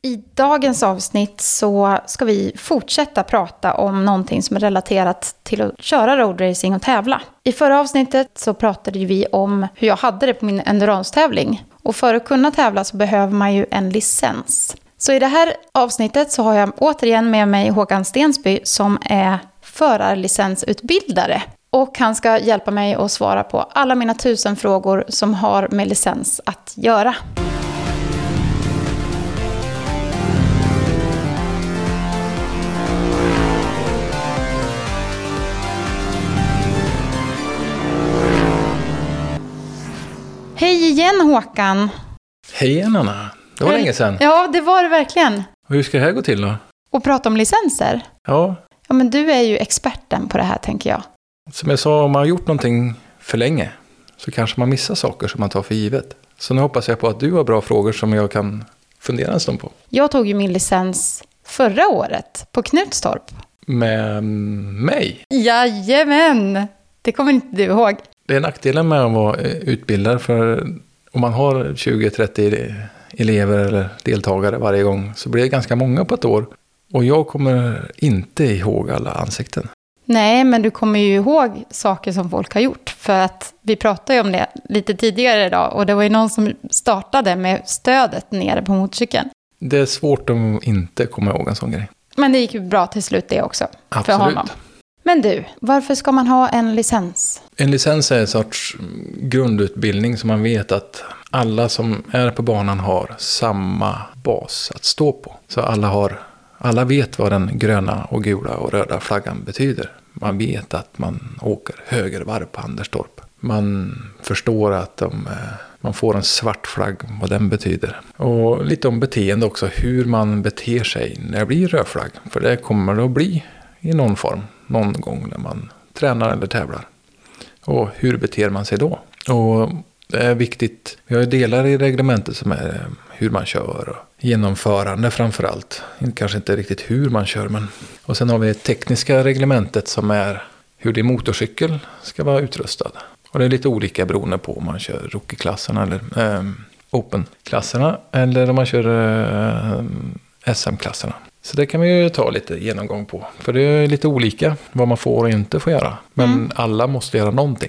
I dagens avsnitt så ska vi fortsätta prata om någonting som är relaterat till att köra roadracing och tävla. I förra avsnittet så pratade vi om hur jag hade det på min endurance-tävling. Och för att kunna tävla så behöver man ju en licens. Så i det här avsnittet så har jag återigen med mig Håkan Stensby som är förarlicensutbildare. Och han ska hjälpa mig att svara på alla mina 1000 frågor som har med licens att göra. Hej igen Håkan! Hej igen Anna! Det var länge sedan. Ja, det var det verkligen. Och hur ska det här gå till då? Och prata om licenser? Ja. Ja, men du är ju experten på det här tänker jag. Som jag sa, om man har gjort någonting för länge så kanske man missar saker som man tar för givet. Så nu hoppas jag på att du har bra frågor som jag kan fundera en stund på. Jag tog ju min licens förra året på Knutstorp. Med mig? Jajamän! Det kommer inte du ihåg. Det är nackdelen med att vara utbildad, för om man har 20-30 elever eller deltagare varje gång så blir det ganska många på ett år. Och jag kommer inte ihåg alla ansikten. Nej, men du kommer ju ihåg saker som folk har gjort. För att vi pratade ju om det lite tidigare idag. Och det var ju någon som startade med stödet nere på motorcykeln. Det är svårt att inte komma ihåg en sån grej. Men det gick ju bra till slut det också. Absolut. För honom. Men du, varför ska man ha en licens? En licens är en sorts grundutbildning som man vet att alla som är på banan har samma bas att stå på. Så alla vet vad den gröna och gula och röda flaggan betyder. Man vet att man åker högervarv på Anderstorp. Man förstår att man får en svart flagg, vad den betyder. Och lite om beteende också, hur man beter sig när det blir röd flagg. För det kommer det att bli i någon form, någon gång när man tränar eller tävlar. Och hur beter man sig då? Och det är viktigt, vi har ju delar i reglementet som är hur man kör och genomförande framförallt. Kanske inte riktigt hur man kör, men... Och sen har vi tekniska reglementet som är hur din motorcykel ska vara utrustad. Och det är lite olika beroende på om man kör rookie-klasserna eller open-klasserna eller om man kör SM-klasserna. Så det kan vi ju ta lite genomgång på. För det är lite olika vad man får och inte får göra. Men alla måste göra någonting.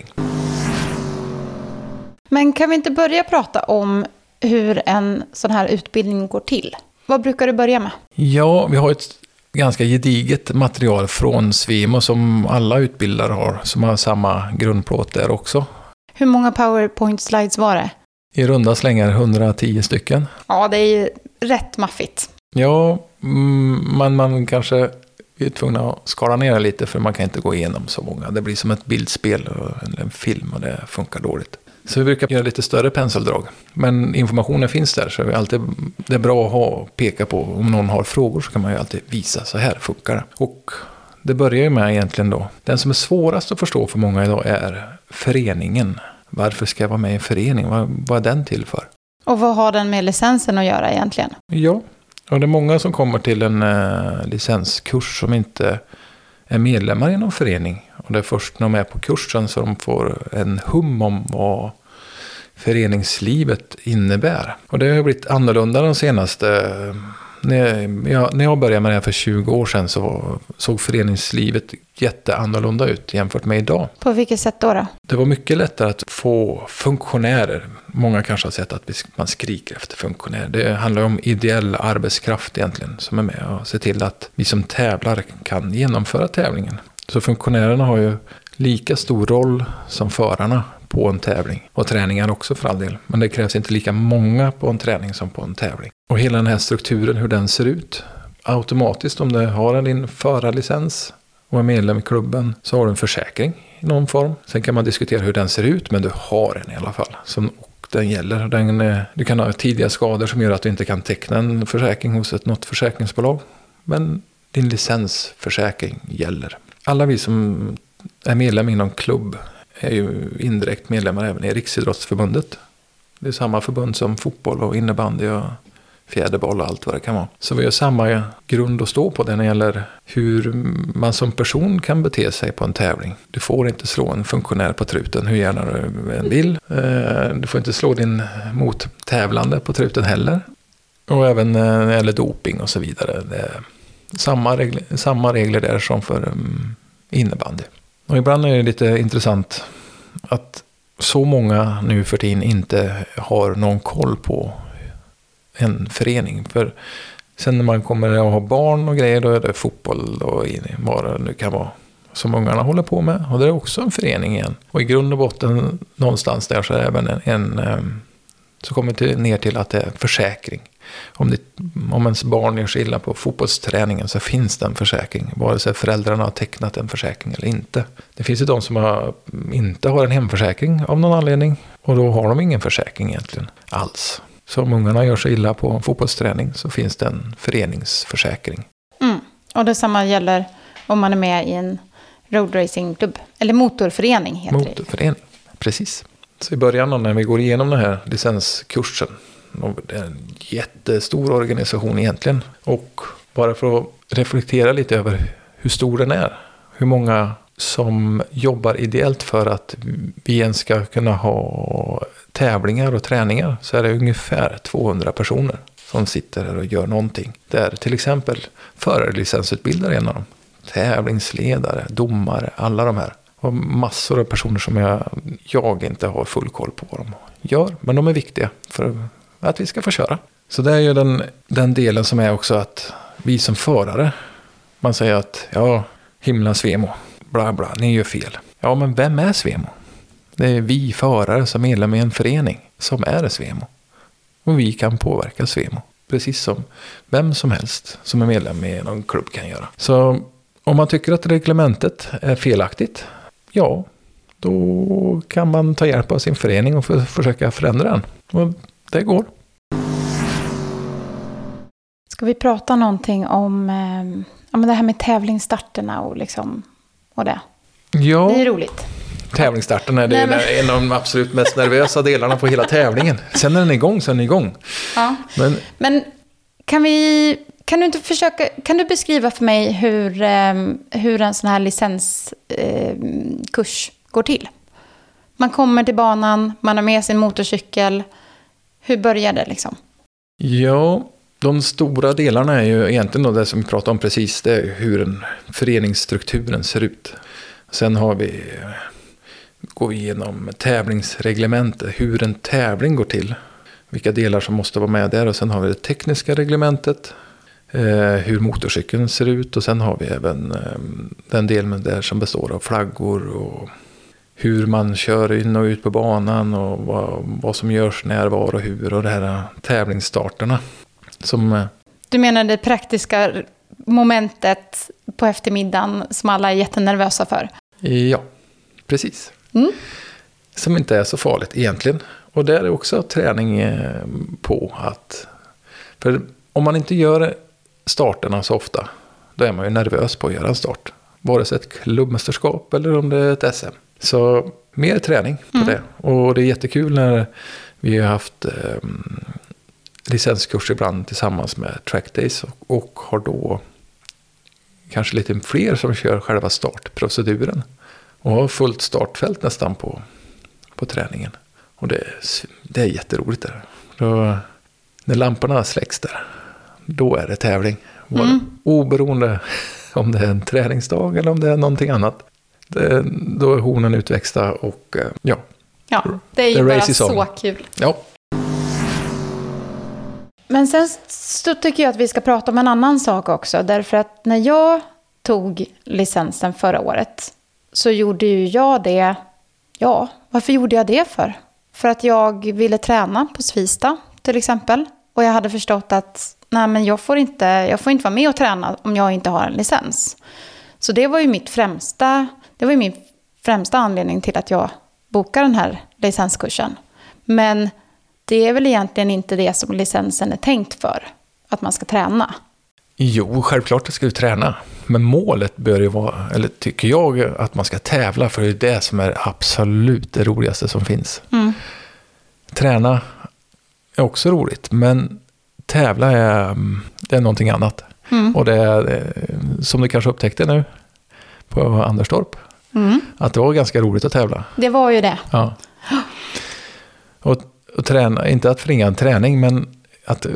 Men kan vi inte börja prata om hur en sån här utbildning går till? Vad brukar du börja med? Ja, vi har ett ganska gediget material från Svemo som alla utbildare har. Som har samma grundplåt där också. Hur många PowerPoint-slides var det? I runda slängar 110 stycken. Ja, det är ju rätt maffigt. Ja, man kanske är tvungen att skala ner lite för man kan inte gå igenom så många. Det blir som ett bildspel eller en film och det funkar dåligt. Så vi brukar göra lite större penseldrag. Men informationen finns där så det är bra att ha och peka på. Om någon har frågor så kan man ju alltid visa så här funkar det. Och det börjar ju med egentligen då. Den som är svårast att förstå för många idag är föreningen. Varför ska jag vara med i en förening? Vad är den till för? Och vad har den med licensen att göra egentligen? Ja, och det är många som kommer till en licenskurs som inte är medlemmar i någon förening. Och det är först när de är på kursen så de får en hum om vad föreningslivet innebär. Och det har blivit annorlunda de senaste... När jag började med det här för 20 år sedan så såg föreningslivet jätteannorlunda ut jämfört med idag. På vilket sätt då? Det var mycket lättare att få funktionärer. Många kanske har sett att man skriker efter funktionärer. Det handlar om ideell arbetskraft egentligen som är med och ser till att vi som tävlar kan genomföra tävlingen. Så funktionärerna har ju lika stor roll som förarna på en tävling. Och träningar också för all del. Men det krävs inte lika många på en träning som på en tävling. Och hela den här strukturen, hur den ser ut. Automatiskt om du har din förarlicens och är medlem i klubben så har du en försäkring i någon form. Sen kan man diskutera hur den ser ut, men du har en i alla fall. Och den gäller. Du kan ha tidiga skador som gör att du inte kan teckna en försäkring hos något försäkringsbolag. Men din licensförsäkring gäller. Alla vi som är medlem i någon klubb är ju indirekt medlemmar även i Riksidrottsförbundet. Det är samma förbund som fotboll och innebandy och fjäderboll och allt vad det kan vara. Så vi har samma grund att stå på när det gäller hur man som person kan bete sig på en tävling. Du får inte slå en funktionär på truten hur gärna du vill. Du får inte slå din mottävlande på truten heller. Och även när det gäller doping och så vidare. Det är samma regler där som för innebandy. Och ibland är det lite intressant att så många nu för tiden inte har någon koll på en förening. För sen när man kommer att ha barn och grejer, då är det fotboll och vad det nu kan vara som ungarna håller på med. Och det är också en förening igen. Och i grund och botten någonstans där så är det även så kommer det ner till att det är försäkring. Om ens barn gör sig illa på fotbollsträningen så finns det en försäkring. Vare sig föräldrarna har tecknat en försäkring eller inte. Det finns ju de som inte har en hemförsäkring av någon anledning. Och då har de ingen försäkring egentligen alls. Så om ungarna gör sig illa på fotbollsträning så finns det en föreningsförsäkring. Och detsamma gäller om man är med i en roadracingklubb. Eller motorförening heter det. Motorförening, precis. Så i början när vi går igenom den här licenskursen. Det är en jättestor organisation egentligen. Och bara för att reflektera lite över hur stor den är. Hur många som jobbar ideellt för att vi ens ska kunna ha tävlingar och träningar. Så är det ungefär 200 personer som sitter här och gör någonting. Där till exempel förarlicensutbildare är en av dem. Tävlingsledare, domare, alla de här. Och massor av personer som jag inte har full koll på vad de gör. Men de är viktiga för att vi ska få köra. Så det är ju den delen som är också att vi som förare, man säger att ja, himla Svemo, bla bla, ni gör fel. Ja, men vem är Svemo? Det är vi förare som är medlem i en förening som är Svemo. Och vi kan påverka Svemo. Precis som vem som helst som är medlem i någon klubb kan göra. Så om man tycker att reglementet är felaktigt, ja, då kan man ta hjälp av sin förening och försöka förändra den. Och det går. Ska vi prata någonting om det här med tävlingsstarterna och det? Ja. Det är roligt. Tävlingsstarten är en av de absolut mest nervösa delarna på hela tävlingen. Sen när den är igång så är den igång. Ja. Men kan du beskriva för mig hur en sån här licenskurs går till? Man kommer till banan, man har med sin motorcykel. Hur börjar det liksom? Ja, de stora delarna är ju egentligen då det som vi pratade om precis. Det är hur föreningsstrukturen ser ut. Sen går vi igenom tävlingsreglementet, hur en tävling går till. Vilka delar som måste vara med där. Och sen har vi det tekniska reglementet. Hur motorcykeln ser ut. Och sen har vi även den delen där som består av flaggor. Och hur man kör in och ut på banan. Och vad som görs när, var och hur. Och det här tävlingsstarterna. Du menar det praktiska momentet på eftermiddagen som alla är jättenervösa för? Ja, precis. Som inte är så farligt egentligen. Och där är också träning på att... För om man inte gör starterna så ofta, då är man ju nervös på att göra en start. Vare sig ett klubbmästerskap eller om det är ett SM. Så mer träning på det. Och det är jättekul när vi har haft licenskurs ibland tillsammans med Track Days. Och har då kanske lite fler som kör själva startproceduren. Och har fullt startfält nästan på träningen. Och det är jätteroligt där. Då, när lamporna släcks där, då är det tävling. Oberoende om det är en träningsdag eller om det är någonting annat. Då är hornen utväxta och ja. Ja, det är ju bara så kul. Ja. Men sen så tycker jag att vi ska prata om en annan sak också. Därför att när jag tog licensen förra året så gjorde ju jag det. Ja, varför gjorde jag det för? För att jag ville träna på Svista till exempel. Och jag hade förstått att nej, men jag får inte vara med och träna om jag inte har en licens. Så det var ju min främsta anledning till att jag bokade den här licenskursen. Men det är väl egentligen inte det som licensen är tänkt för. Att man ska träna. Jo, självklart ska du träna. Men målet bör ju vara, eller tycker jag, att man ska tävla. För det är det som är absolut det roligaste som finns. Träna är också roligt. Men tävla det är någonting annat. Och det är, som du kanske upptäckte nu på Anderstorp. Att det var ganska roligt att tävla. Det var ju det. Ja. Och träna, inte att förringa en träning, men att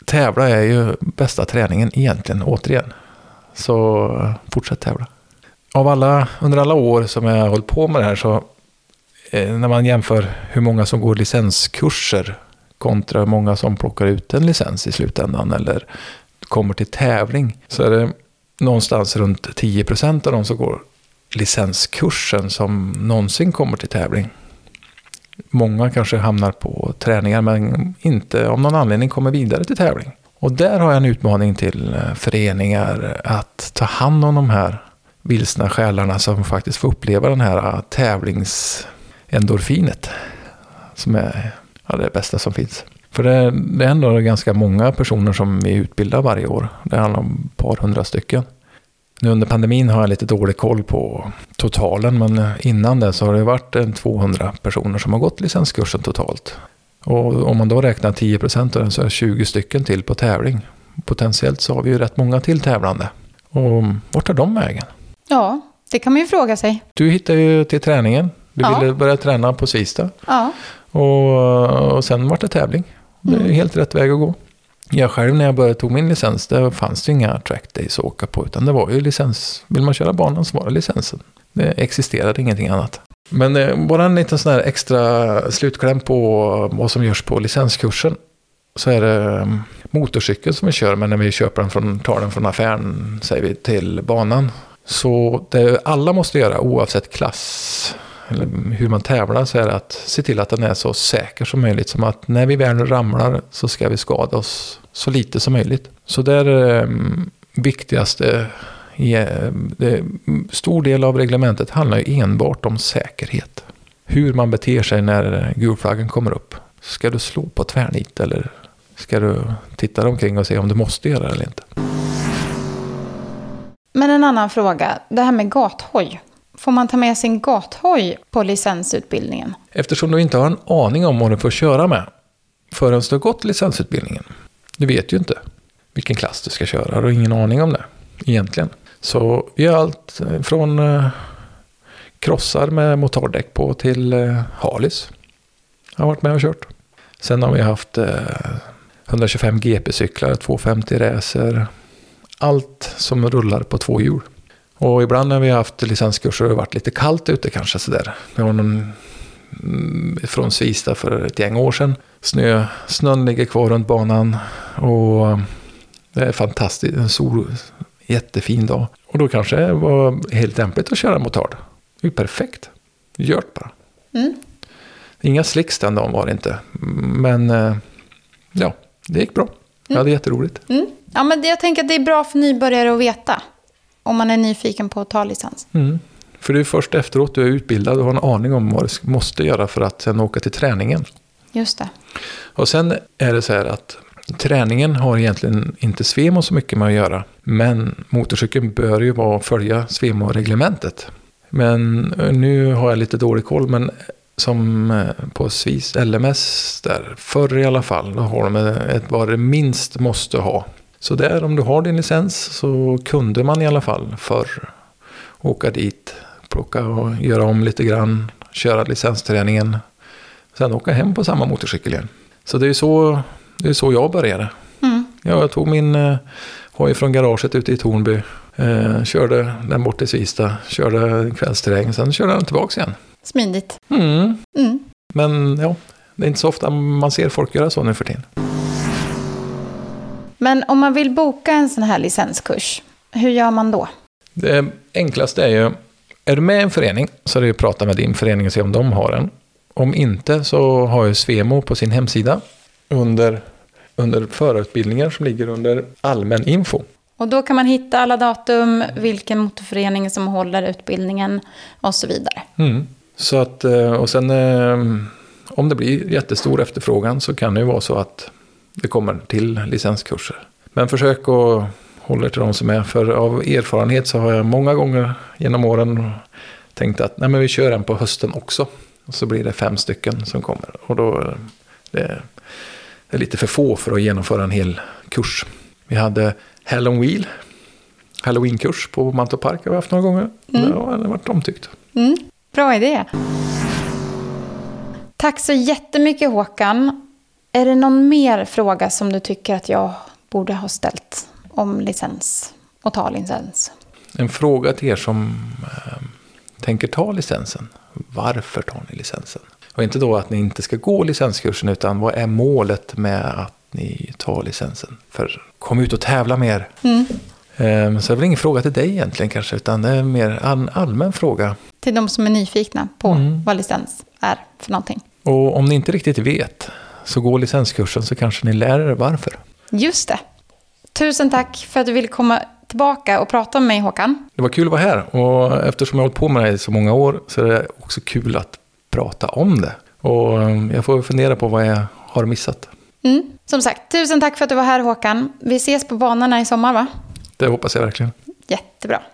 tävla är ju bästa träningen egentligen, återigen. Så fortsätt tävla. Under alla år som jag har hållit på med det här, så när man jämför hur många som går licenskurser kontra hur många som plockar ut en licens i slutändan eller kommer till tävling, så är det någonstans runt 10% av de som går licenskursen som någonsin kommer till tävling. Många kanske hamnar på träningar men inte av någon anledning kommer vidare till tävling. Och där har jag en utmaning till föreningar att ta hand om de här vilsna själarna som faktiskt får uppleva den här tävlingsendorfinet som är det bästa som finns. För det är ändå ganska många personer som vi utbildar varje år. Det handlar om ett par hundra stycken. Nu under pandemin har jag lite dålig koll på totalen, men innan det så har det varit 200 personer som har gått licenskursen totalt. Och om man då räknar 10% av den så är det 20 stycken till på tävling. Potentiellt så har vi ju rätt många till tävlande. Och vart tar de vägen? Ja, det kan man ju fråga sig. Du hittade ju till träningen. Du ville börja träna på Svista. Ja. Och sen var det tävling. Det är helt rätt väg att gå. Jag själv när jag tog min licens, det fanns det inga track days att åka på, utan det var ju licens. Vill man köra banan så var det licensen. Det existerade ingenting annat. Men bara en liten sån här extra slutkläm på vad som görs på licenskursen, så är det motorcykeln som vi kör med när vi köper tar den från affären, säger vi, till banan. Så det alla måste göra oavsett klass eller hur man tävlar, så är det att se till att den är så säker som möjligt, som att när vi väl ramlar så ska vi skada oss så lite som möjligt. Så det är det viktigaste. Stor del av reglementet handlar ju enbart om säkerhet. Hur man beter sig när gulflaggen kommer upp. Ska du slå på tvärnit eller ska du titta omkring och se om du måste göra det eller inte? Men en annan fråga, det här med gathoj. Får man ta med sin gathoj på licensutbildningen? Eftersom du inte har en aning om vad du får köra med förrän du har gått licensutbildningen. Du vet ju inte vilken klass du ska köra och ingen aning om det egentligen. Så vi har allt från krossar med motordäck på till Harleys. Jag har varit med och kört. Sen har vi haft 125 GP-cyklar, 250 racer. Allt som rullar på 2 hjul. Och ibland när vi har haft licenskurser har det varit lite kallt ute kanske sådär. Vi har någon från Svista för ett gäng år sedan. Snön ligger kvar runt banan och det är fantastiskt. En jättefin dag. Och då kanske det var helt lämpligt att köra motard. Det är ju perfekt. Gjort bara. Inga slicks den dagen var det inte. Men ja, det gick bra. Jag hade jätteroligt. Ja, men jag tänker att det är bra för nybörjare att veta. Om man är nyfiken på att ta licens. För det är först efteråt du är utbildad och har en aning om vad du måste göra för att sen åka till träningen. Just det. Och sen är det så här att träningen har egentligen inte Svemo så mycket med att göra. Men motorcykeln bör ju följa Svemo-reglementet. Men nu har jag lite dålig koll, men som på Swiss LMS där, förr i alla fall, då har de vad det minst måste ha. Så där, om du har din licens så kunde man i alla fall förr åka dit, plocka och göra om lite grann, köra licensträningen, sen åka hem på samma motorcykel igen. Så det är så jag började. Jag tog min hoj från garaget ute i Tornby, körde den bort till Svista, körde kvällsterräng, sen körde den tillbaka igen. Smidigt. Men ja, det är inte så ofta man ser folk göra så nu för tiden. Men om man vill boka en sån här licenskurs, hur gör man då? Det enklaste är ju, är du med i en förening så är det ju att prata med din förening och se om de har en. Om inte så har ju Svemo på sin hemsida under förarutbildningar som ligger under allmän info. Och då kan man hitta alla datum, vilken motorförening som håller utbildningen och så vidare. Så att, och sen om det blir jättestor efterfrågan så kan det ju vara så att det kommer till licenskurser. Men försök att hålla till de som är. För av erfarenhet så har jag många gånger genom åren tänkt att nej, men vi kör en på hösten också. Och så blir det 5 stycken som kommer. Och då det är lite för få för att genomföra en hel kurs. Vi hade Halloween-kurs på Mantorp Park har vi haft några gånger. Det har varit omtyckt. Bra idé. Tack så jättemycket Håkan. Är det någon mer fråga som du tycker att jag borde ha ställt om licens och ta licens? En fråga till er som tänker ta licensen. Varför tar ni licensen? Och inte då att ni inte ska gå licenskursen, utan vad är målet med att ni tar licensen? För kom ut och tävla mer. Så det är väl ingen fråga till dig egentligen kanske, utan det är mer en allmän fråga. Till de som är nyfikna på vad licens är för någonting. Och om ni inte riktigt vet, så gå licenskursen så kanske ni lär er varför. Just det. Tusen tack för att du ville komma tillbaka och prata med mig, Håkan. Det var kul att vara här, och eftersom jag har hållit på med det i så många år så är det också kul att prata om det. Och jag får fundera på vad jag har missat. Som sagt, tusen tack för att du var här, Håkan. Vi ses på banorna i sommar, va? Det hoppas jag verkligen. Jättebra.